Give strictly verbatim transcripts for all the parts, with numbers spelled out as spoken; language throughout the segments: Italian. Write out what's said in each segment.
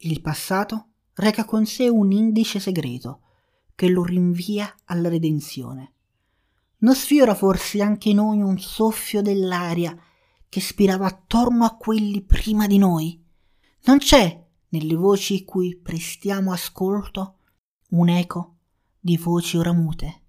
Il passato reca con sé un indice segreto che lo rinvia alla redenzione. Non sfiora forse anche in noi un soffio dell'aria che spirava attorno a quelli prima di noi? Non c'è nelle voci cui prestiamo ascolto un eco di voci ora mute?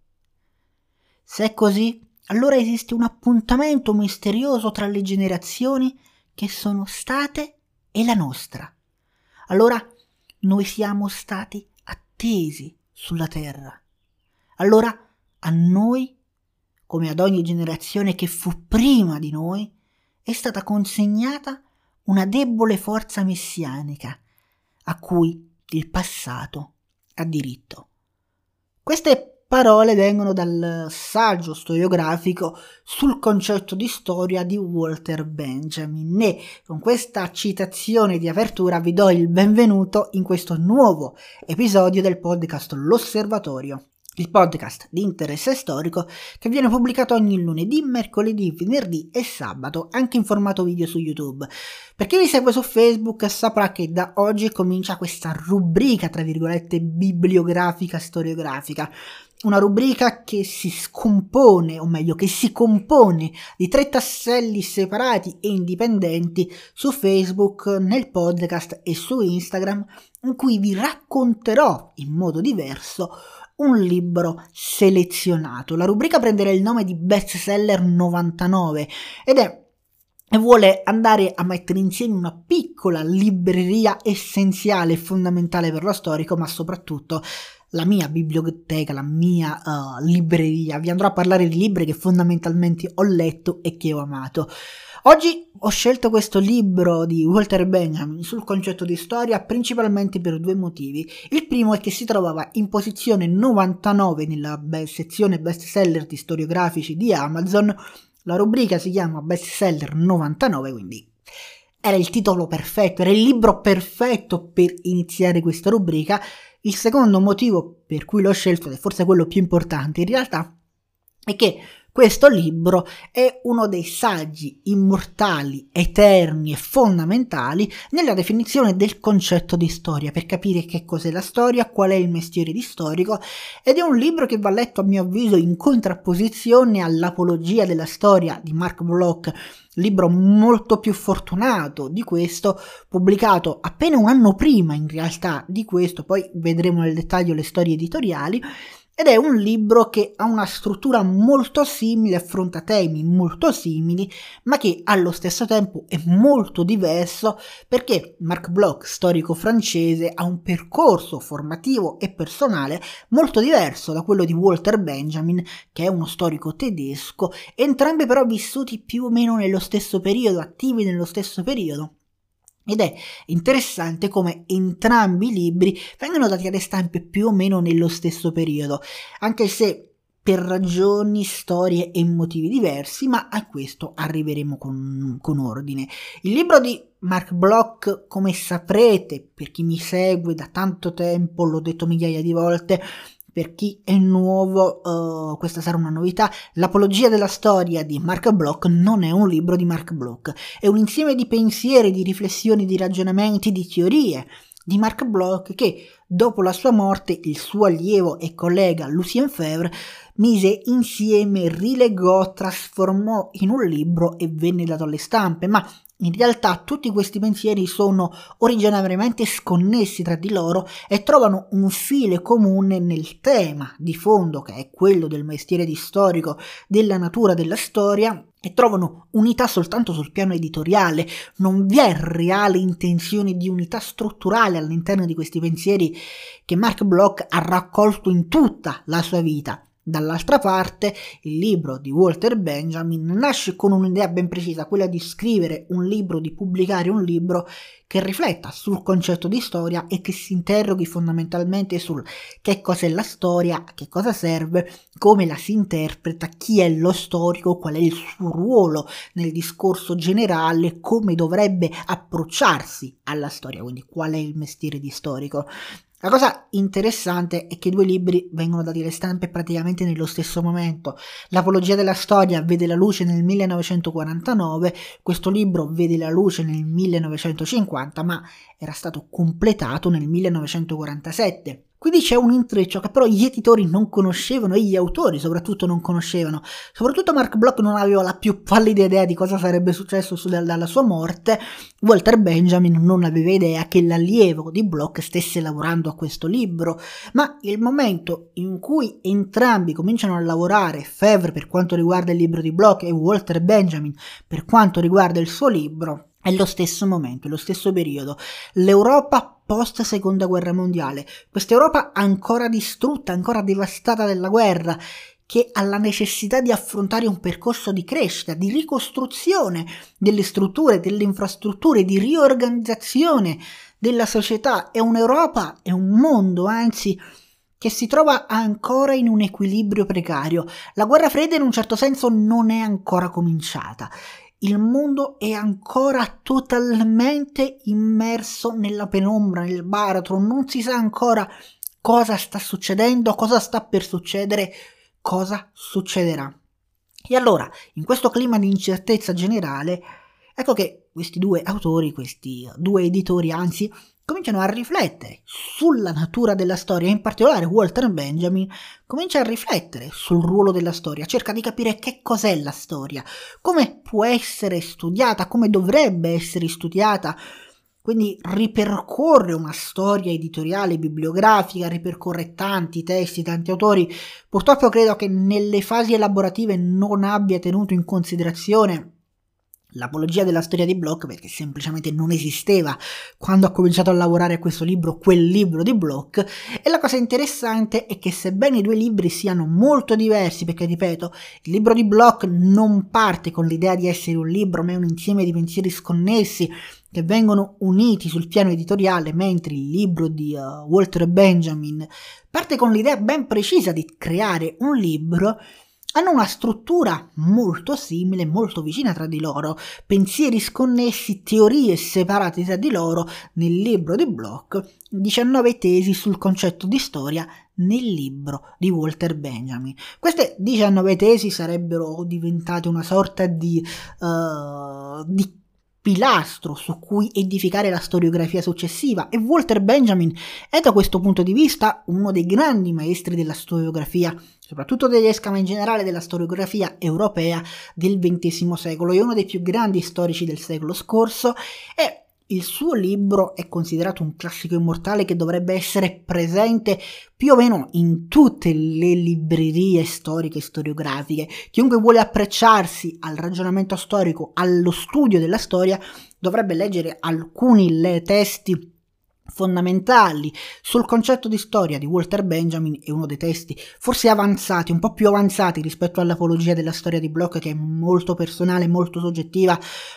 Se è così, allora esiste un appuntamento misterioso tra le generazioni che sono state e la nostra. Allora noi siamo stati attesi sulla terra. Allora a noi, come ad ogni generazione che fu prima di noi, è stata consegnata una debole forza messianica a cui il passato ha diritto. Queste parole vengono dal saggio storiografico sul concetto di storia di Walter Benjamin e con questa citazione di apertura vi do il benvenuto in questo nuovo episodio del podcast L'Osservatorio, il podcast di interesse storico che viene pubblicato ogni lunedì, mercoledì, venerdì e sabato, anche in formato video su YouTube. Per chi mi segue su Facebook saprà che da oggi comincia questa rubrica, tra virgolette, bibliografica storiografica. Una rubrica che si scompone, o meglio che si compone di tre tasselli separati e indipendenti su Facebook, nel podcast e su Instagram, in cui vi racconterò in modo diverso un libro selezionato. La rubrica prenderà il nome di Bestseller novantanove ed è e vuole andare a mettere insieme una piccola libreria essenziale e fondamentale per lo storico, ma soprattutto la mia biblioteca, la mia uh, libreria. Vi andrò a parlare di libri che fondamentalmente ho letto e che ho amato. Oggi ho scelto questo libro di Walter Benjamin sul concetto di storia principalmente per due motivi. Il primo è che si trovava in posizione novantanove nella be- sezione bestseller di storiografici di Amazon. La rubrica si chiama Bestseller novantanove, quindi era il titolo perfetto, era il libro perfetto per iniziare questa rubrica. Il secondo motivo per cui l'ho scelto, ed è forse quello più importante in realtà, è che questo libro è uno dei saggi immortali, eterni e fondamentali nella definizione del concetto di storia, per capire che cos'è la storia, qual è il mestiere di storico, ed è un libro che va letto a mio avviso in contrapposizione all'Apologia della storia di Mark Bloch, libro molto più fortunato di questo, pubblicato appena un anno prima in realtà di questo, poi vedremo nel dettaglio le storie editoriali. Ed è un libro che ha una struttura molto simile, affronta temi molto simili, ma che allo stesso tempo è molto diverso perché Mark Bloch, storico francese, ha un percorso formativo e personale molto diverso da quello di Walter Benjamin, che è uno storico tedesco, entrambi però vissuti più o meno nello stesso periodo, attivi nello stesso periodo. Ed è interessante come entrambi i libri vengono dati alle stampe più o meno nello stesso periodo, anche se per ragioni, storie e motivi diversi, ma a questo arriveremo con, con ordine. Il libro di Mark Bloch, come saprete, per chi mi segue da tanto tempo, l'ho detto migliaia di volte, per chi è nuovo, uh, questa sarà una novità, l'Apologia della storia di Mark Bloch non è un libro di Mark Bloch, è un insieme di pensieri, di riflessioni, di ragionamenti, di teorie di Mark Bloch che, dopo la sua morte, il suo allievo e collega Lucien Febvre mise insieme, rilegò, trasformò in un libro e venne dato alle stampe, ma in realtà tutti questi pensieri sono originariamente sconnessi tra di loro e trovano un filo comune nel tema di fondo, che è quello del mestiere di storico, della natura della storia, e trovano unità soltanto sul piano editoriale. Non vi è reale intenzione di unità strutturale all'interno di questi pensieri che Mark Bloch ha raccolto in tutta la sua vita. Dall'altra parte, il libro di Walter Benjamin nasce con un'idea ben precisa, quella di scrivere un libro, di pubblicare un libro che rifletta sul concetto di storia e che si interroghi fondamentalmente sul che cos'è la storia, che cosa serve, come la si interpreta, chi è lo storico, qual è il suo ruolo nel discorso generale, come dovrebbe approcciarsi alla storia, quindi qual è il mestiere di storico. La cosa interessante è che i due libri vengono dati alle stampe praticamente nello stesso momento. L'Apologia della storia vede la luce nel millenovecentoquarantanove, questo libro vede la luce nel millenovecentocinquanta, ma era stato completato nel millenovecentoquarantasette. Quindi c'è un intreccio che però gli editori non conoscevano e gli autori soprattutto non conoscevano. Soprattutto Mark Bloch non aveva la più pallida idea di cosa sarebbe successo dalla sua morte. Walter Benjamin non aveva idea che l'allievo di Bloch stesse lavorando a questo libro. Ma il momento in cui entrambi cominciano a lavorare, Febvre per quanto riguarda il libro di Bloch e Walter Benjamin per quanto riguarda il suo libro, è lo stesso momento, è lo stesso periodo. L'Europa post seconda guerra mondiale, questa Europa ancora distrutta, ancora devastata dalla guerra, che ha la necessità di affrontare un percorso di crescita, di ricostruzione delle strutture, delle infrastrutture, di riorganizzazione della società. È un'Europa, è un mondo, anzi, che si trova ancora in un equilibrio precario. La guerra fredda in un certo senso non è ancora cominciata. Il mondo è ancora totalmente immerso nella penombra, nel baratro, non si sa ancora cosa sta succedendo, cosa sta per succedere, cosa succederà. E allora, in questo clima di incertezza generale, ecco che questi due autori, questi due editori, anzi, cominciano a riflettere sulla natura della storia, in particolare Walter Benjamin comincia a riflettere sul ruolo della storia, cerca di capire che cos'è la storia, come può essere studiata, come dovrebbe essere studiata, quindi ripercorre una storia editoriale, bibliografica, ripercorre tanti testi, tanti autori. Purtroppo credo che nelle fasi elaborative non abbia tenuto in considerazione l'apologia della storia di Bloch, perché semplicemente non esisteva quando ha cominciato a lavorare a questo libro, quel libro di Bloch. E la cosa interessante è che sebbene i due libri siano molto diversi, perché ripeto, il libro di Bloch non parte con l'idea di essere un libro, ma è un insieme di pensieri sconnessi che vengono uniti sul piano editoriale, mentre il libro di uh, Walter Benjamin parte con l'idea ben precisa di creare un libro. Hanno una struttura molto simile, molto vicina tra di loro, pensieri sconnessi, teorie separate tra di loro nel libro di Bloch, diciannove tesi sul concetto di storia nel libro di Walter Benjamin. Queste diciannove tesi sarebbero diventate una sorta di, uh, di pilastro su cui edificare la storiografia successiva, e Walter Benjamin è da questo punto di vista uno dei grandi maestri della storiografia, soprattutto tedesca ma in generale della storiografia europea del ventesimo secolo. È uno dei più grandi storici del secolo scorso e il suo libro è considerato un classico immortale che dovrebbe essere presente più o meno in tutte le librerie storiche e storiografiche. Chiunque vuole approcciarsi al ragionamento storico, allo studio della storia, dovrebbe leggere alcuni le testi fondamentali sul concetto di storia di Walter Benjamin. È uno dei testi forse avanzati, un po' più avanzati rispetto all'apologia della storia di Bloch, che è molto personale, molto soggettiva,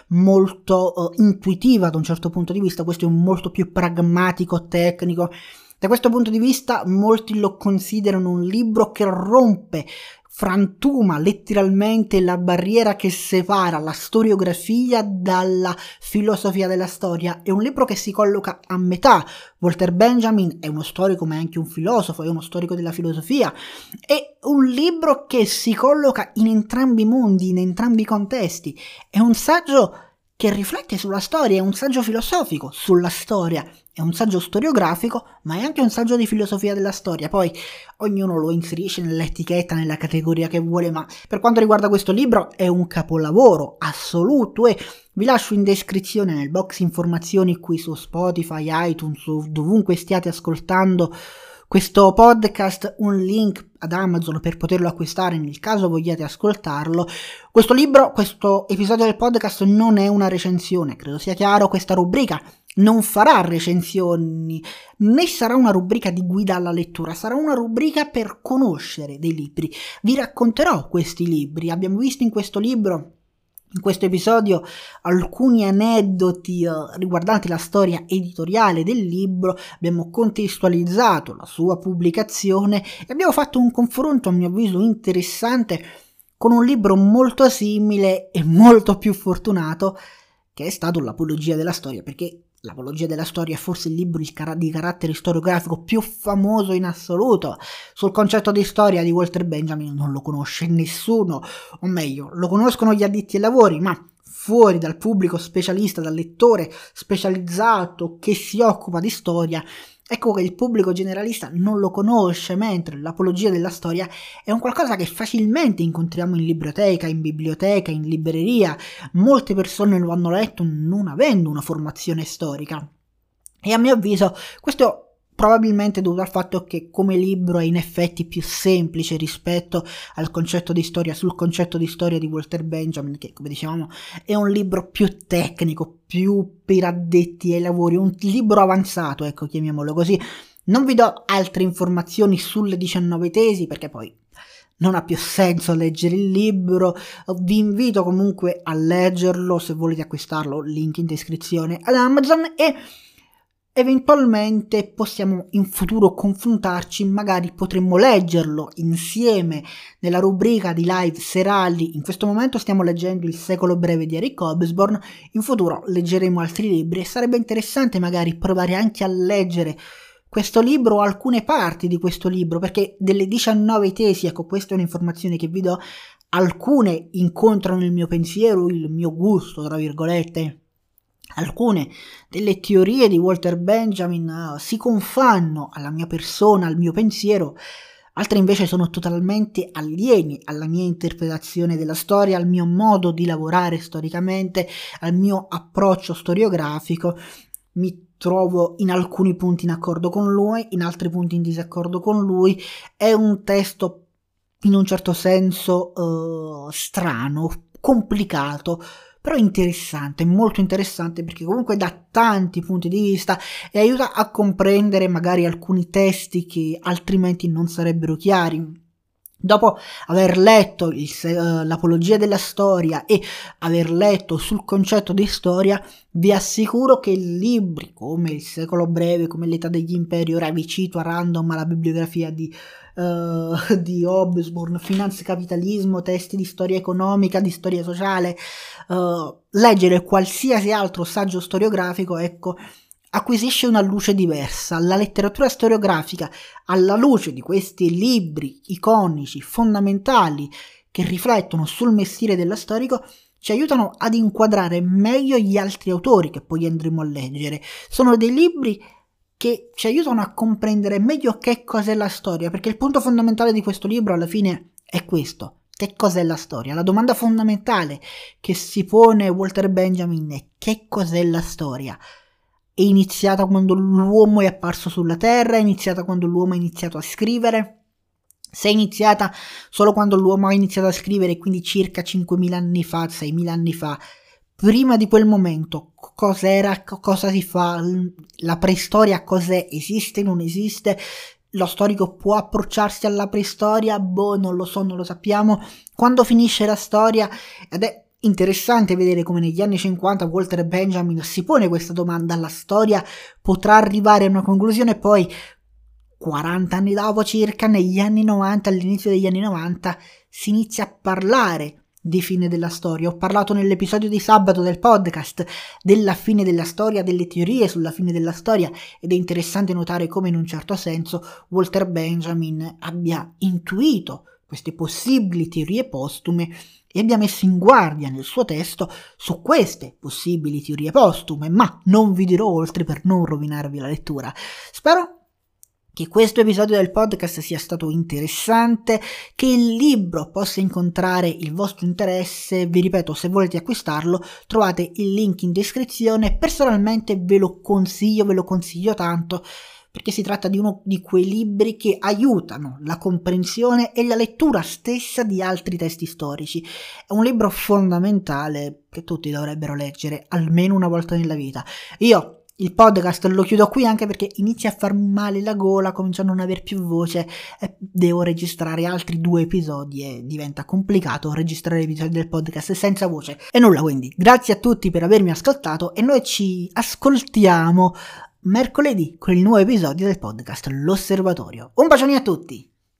molto uh, intuitiva da un certo punto di vista. Questo è un molto più pragmatico, tecnico. Da questo punto di vista molti lo considerano un libro che rompe, frantuma letteralmente la barriera che separa la storiografia dalla filosofia della storia. È un libro che si colloca a metà. Walter Benjamin è uno storico ma è anche un filosofo, è uno storico della filosofia. È un libro che si colloca in entrambi i mondi, in entrambi i contesti. È un saggio che riflette sulla storia, è un saggio filosofico sulla storia, è un saggio storiografico, ma è anche un saggio di filosofia della storia. Poi ognuno lo inserisce nell'etichetta, nella categoria che vuole, ma per quanto riguarda questo libro è un capolavoro assoluto e vi lascio in descrizione nel box informazioni qui su Spotify, iTunes, o dovunque stiate ascoltando questo podcast, un link ad Amazon per poterlo acquistare nel caso vogliate ascoltarlo. Questo libro, questo episodio del podcast non è una recensione, credo sia chiaro. Questa rubrica non farà recensioni, né sarà una rubrica di guida alla lettura, sarà una rubrica per conoscere dei libri. Vi racconterò questi libri. Abbiamo visto in questo libro, in questo episodio, alcuni aneddoti uh, riguardanti la storia editoriale del libro, abbiamo contestualizzato la sua pubblicazione e abbiamo fatto un confronto a mio avviso interessante con un libro molto simile e molto più fortunato che è stato l'Apologia della storia, perché L'Apologia della storia è forse il libro di, car- di carattere storiografico più famoso in assoluto. Sul concetto di storia di Walter Benjamin non lo conosce nessuno, o meglio, lo conoscono gli addetti ai lavori, ma fuori dal pubblico specialista, dal lettore specializzato che si occupa di storia, ecco che il pubblico generalista non lo conosce, mentre l'Apologia della storia è un qualcosa che facilmente incontriamo in biblioteca, in biblioteca, in libreria. Molte persone lo hanno letto non avendo una formazione storica. E a mio avviso questo probabilmente dovuto al fatto che come libro è in effetti più semplice rispetto al concetto di storia, sul concetto di storia di Walter Benjamin, che come dicevamo è un libro più tecnico, più per addetti ai lavori, un libro avanzato, ecco, chiamiamolo così. Non vi do altre informazioni sulle diciannove tesi perché poi non ha più senso leggere il libro. Vi invito comunque a leggerlo, se volete acquistarlo, link in descrizione ad Amazon, e eventualmente possiamo in futuro confrontarci, magari potremmo leggerlo insieme nella rubrica di live serali. In questo momento stiamo leggendo Il secolo breve di Eric Hobsbawm, in futuro leggeremo altri libri e sarebbe interessante magari provare anche a leggere questo libro o alcune parti di questo libro, perché delle diciannove tesi, ecco, questa è un'informazione che vi do, alcune incontrano il mio pensiero, il mio gusto, tra virgolette. Alcune delle teorie di Walter Benjamin uh, si confanno alla mia persona, al mio pensiero, altre invece sono totalmente alieni alla mia interpretazione della storia, al mio modo di lavorare storicamente, al mio approccio storiografico. Mi trovo in alcuni punti in accordo con lui, in altri punti in disaccordo con lui. È un testo in un certo senso uh, strano, complicato, però interessante, molto interessante, perché comunque dà tanti punti di vista e aiuta a comprendere magari alcuni testi che altrimenti non sarebbero chiari. Dopo aver letto il, uh, l'Apologia della storia e aver letto sul concetto di storia, vi assicuro che libri come Il secolo breve, come L'età degli imperi, ora vi cito a random la bibliografia di, uh, di Hobsbawm, Finanza e capitalismo, testi di storia economica, di storia sociale, uh, leggere qualsiasi altro saggio storiografico, ecco, acquisisce una luce diversa. La letteratura storiografica, alla luce di questi libri iconici, fondamentali, che riflettono sul mestiere dello storico, ci aiutano ad inquadrare meglio gli altri autori che poi andremo a leggere. Sono dei libri che ci aiutano a comprendere meglio che cos'è la storia, perché il punto fondamentale di questo libro alla fine è questo: che cos'è la storia? La domanda fondamentale che si pone Walter Benjamin è: che cos'è la storia? È iniziata quando l'uomo è apparso sulla Terra? È iniziata quando l'uomo ha iniziato a scrivere? Se è iniziata solo quando l'uomo ha iniziato a scrivere, quindi circa cinquemila anni fa, seimila anni fa, prima di quel momento cos'era, cosa si fa, la preistoria cos'è, esiste, non esiste? Lo storico può approcciarsi alla preistoria? Boh, non lo so, non lo sappiamo. Quando finisce la storia? Ed è interessante vedere come negli anni cinquanta Walter Benjamin si pone questa domanda: la storia potrà arrivare a una conclusione? E poi quaranta anni dopo circa, negli anni novanta, all'inizio degli anni novanta, si inizia a parlare di fine della storia. Ho parlato nell'episodio di sabato del podcast della fine della storia, delle teorie sulla fine della storia, ed è interessante notare come in un certo senso Walter Benjamin abbia intuito queste possibili teorie postume e abbia messo in guardia nel suo testo su queste possibili teorie postume, ma non vi dirò oltre per non rovinarvi la lettura. Spero che questo episodio del podcast sia stato interessante, che il libro possa incontrare il vostro interesse. Vi ripeto, se volete acquistarlo trovate il link in descrizione. Personalmente ve lo consiglio, ve lo consiglio tanto, perché si tratta di uno di quei libri che aiutano la comprensione e la lettura stessa di altri testi storici. È un libro fondamentale che tutti dovrebbero leggere almeno una volta nella vita. Io il podcast lo chiudo qui anche perché inizia a farmi male la gola, comincio a non aver più voce e devo registrare altri due episodi e diventa complicato registrare episodi del podcast senza voce. E nulla, quindi grazie a tutti per avermi ascoltato e noi ci ascoltiamo mercoledì con il nuovo episodio del podcast L'Osservatorio. Un bacione a tutti!